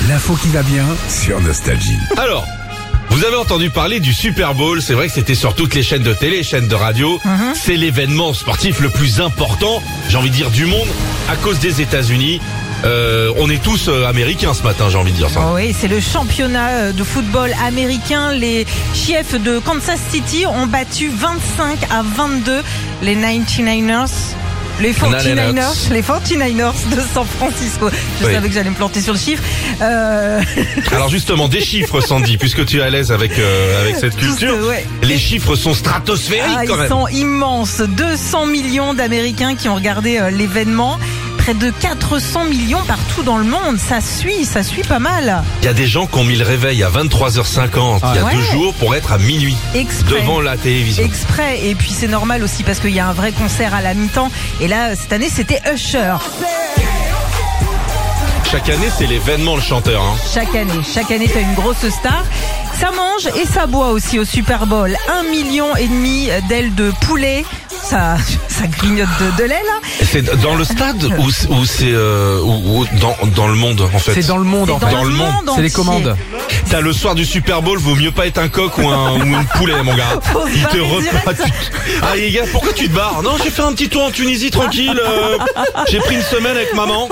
L'info qui va bien sur Nostalgie. Alors, vous avez entendu parler du Super Bowl, c'est vrai que c'était sur toutes les chaînes de télé, chaînes de radio. C'est l'événement sportif le plus important, j'ai envie de dire, du monde, à cause des États-Unis. On est tous américains ce matin, j'ai envie de dire ça. Oh oui, c'est le championnat de football américain. Les Chiefs de Kansas City ont battu 25-22 les 99ers. Les 49ers de San Francisco. Je savais que j'allais me planter sur le chiffre. Alors justement, des chiffres, Sandy, puisque tu es à l'aise avec cette culture. Les chiffres sont stratosphériques quand même. Ils sont immenses. 200 millions d'Américains qui ont regardé l'événement. Près de 400 millions partout dans le monde. Ça suit pas mal. Il y a des gens qui ont mis le réveil à 23h50 il y a 2 jours pour être à minuit devant la télévision. Exprès. Et puis c'est normal aussi parce qu'il y a un vrai concert à la mi-temps. Et là, cette année, c'était Usher. Chaque année, c'est l'événement, le chanteur. Chaque année, t'as une grosse star. Ça mange et ça boit aussi au Super Bowl. 1,5 million d'ailes de poulet. Ça grignote de l'aile. C'est dans le stade ou c'est dans le monde en fait. C'est dans le monde en fait. Dans le monde, c'est les commandes. T'as le soir du Super Bowl, vaut mieux pas être un coq ou un poulet, mon gars. Il te repas. Ah les gars, pourquoi tu te barres? Non, j'ai fait un petit tour en Tunisie tranquille. J'ai pris une semaine avec maman.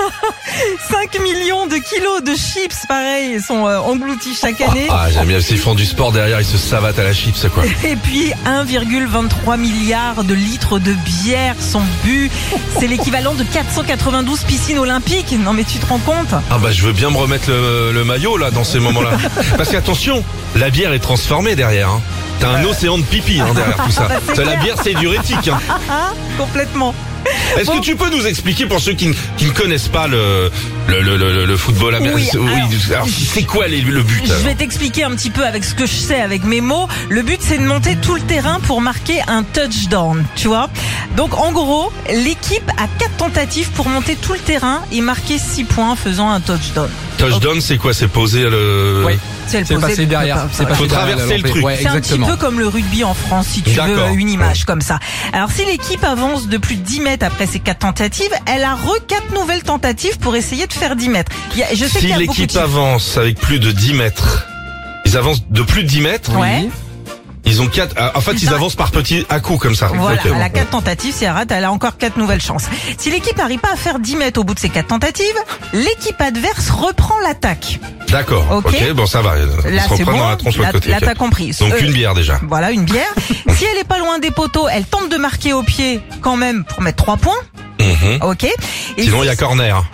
5 millions de kilos de chips, pareil, sont engloutis chaque année. Ah, j'aime bien, s'ils font du sport derrière, ils se savatent à la chips, quoi. Et puis 1,23 milliard de litres de bière sont bu. C'est l'équivalent de 492 piscines olympiques. Non mais tu te rends compte? Ah bah je veux bien me remettre le maillot là dans ces moments-là. Parce qu'attention, la bière est transformée derrière. T'as un océan de pipi derrière tout ça. La bière c'est diurétique. Complètement. Est-ce que tu peux nous expliquer pour ceux qui ne connaissent pas le football américain? Alors c'est quoi le but? Je vais t'expliquer un petit peu avec ce que je sais, avec mes mots. Le but c'est de monter tout le terrain pour marquer un touchdown, tu vois. Donc en gros, l'équipe a 4 tentatives pour monter tout le terrain et marquer 6 points faisant un touchdown. Touchdown, c'est quoi? C'est poser le... Oui. C'est passer derrière. Faut traverser le truc. C'est un petit peu comme le rugby en France, si tu veux une image comme ça. Alors si l'équipe avance de plus de 10 mètres après ses 4 tentatives, elle a 4 nouvelles tentatives pour essayer de faire 10 mètres. Si l'équipe avance avec plus de 10 mètres, ils avancent de plus de 10 mètres. Ouais. Ils ont 4, en fait, ils avancent par petits à coups comme ça. Voilà, elle a 4 tentatives, si elle rate, elle a encore 4 nouvelles chances. Si l'équipe n'arrive pas à faire 10 mètres au bout de ces 4 tentatives, l'équipe adverse reprend l'attaque. D'accord, ok, bon ça va. Là c'est bon, dans la tronche côté. Là t'as compris. Donc une bière déjà. Voilà, une bière. Si elle est pas loin des poteaux, elle tente de marquer au pied quand même pour mettre 3 points. Ok. Et sinon il y a corner.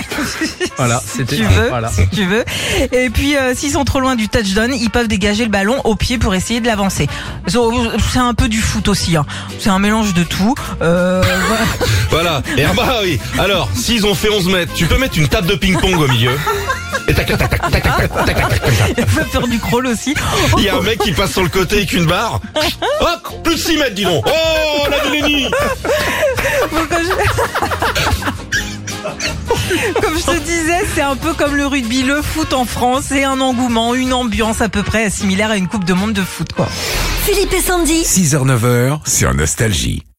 Voilà, si tu veux. Et puis s'ils sont trop loin du touchdown, ils peuvent dégager le ballon au pied pour essayer de l'avancer. C'est un peu du foot aussi. C'est un mélange de tout. Voilà. Et oui. Alors, s'ils ont fait 11 mètres, tu peux mettre une table de ping-pong au milieu. Et tac, tac, tac, tac, tac, tac, tac, comme ça. Il peut faire du crawl aussi. Il y a un mec qui passe sur le côté avec une barre. Hop, plus de 6 mètres, dis donc. Oh, la Delénie. Comme je te disais, c'est un peu comme le rugby, le foot en France, c'est un engouement, une ambiance à peu près similaire à une coupe de monde de foot, quoi. Philippe et Sandy. 6h-9h sur Nostalgie.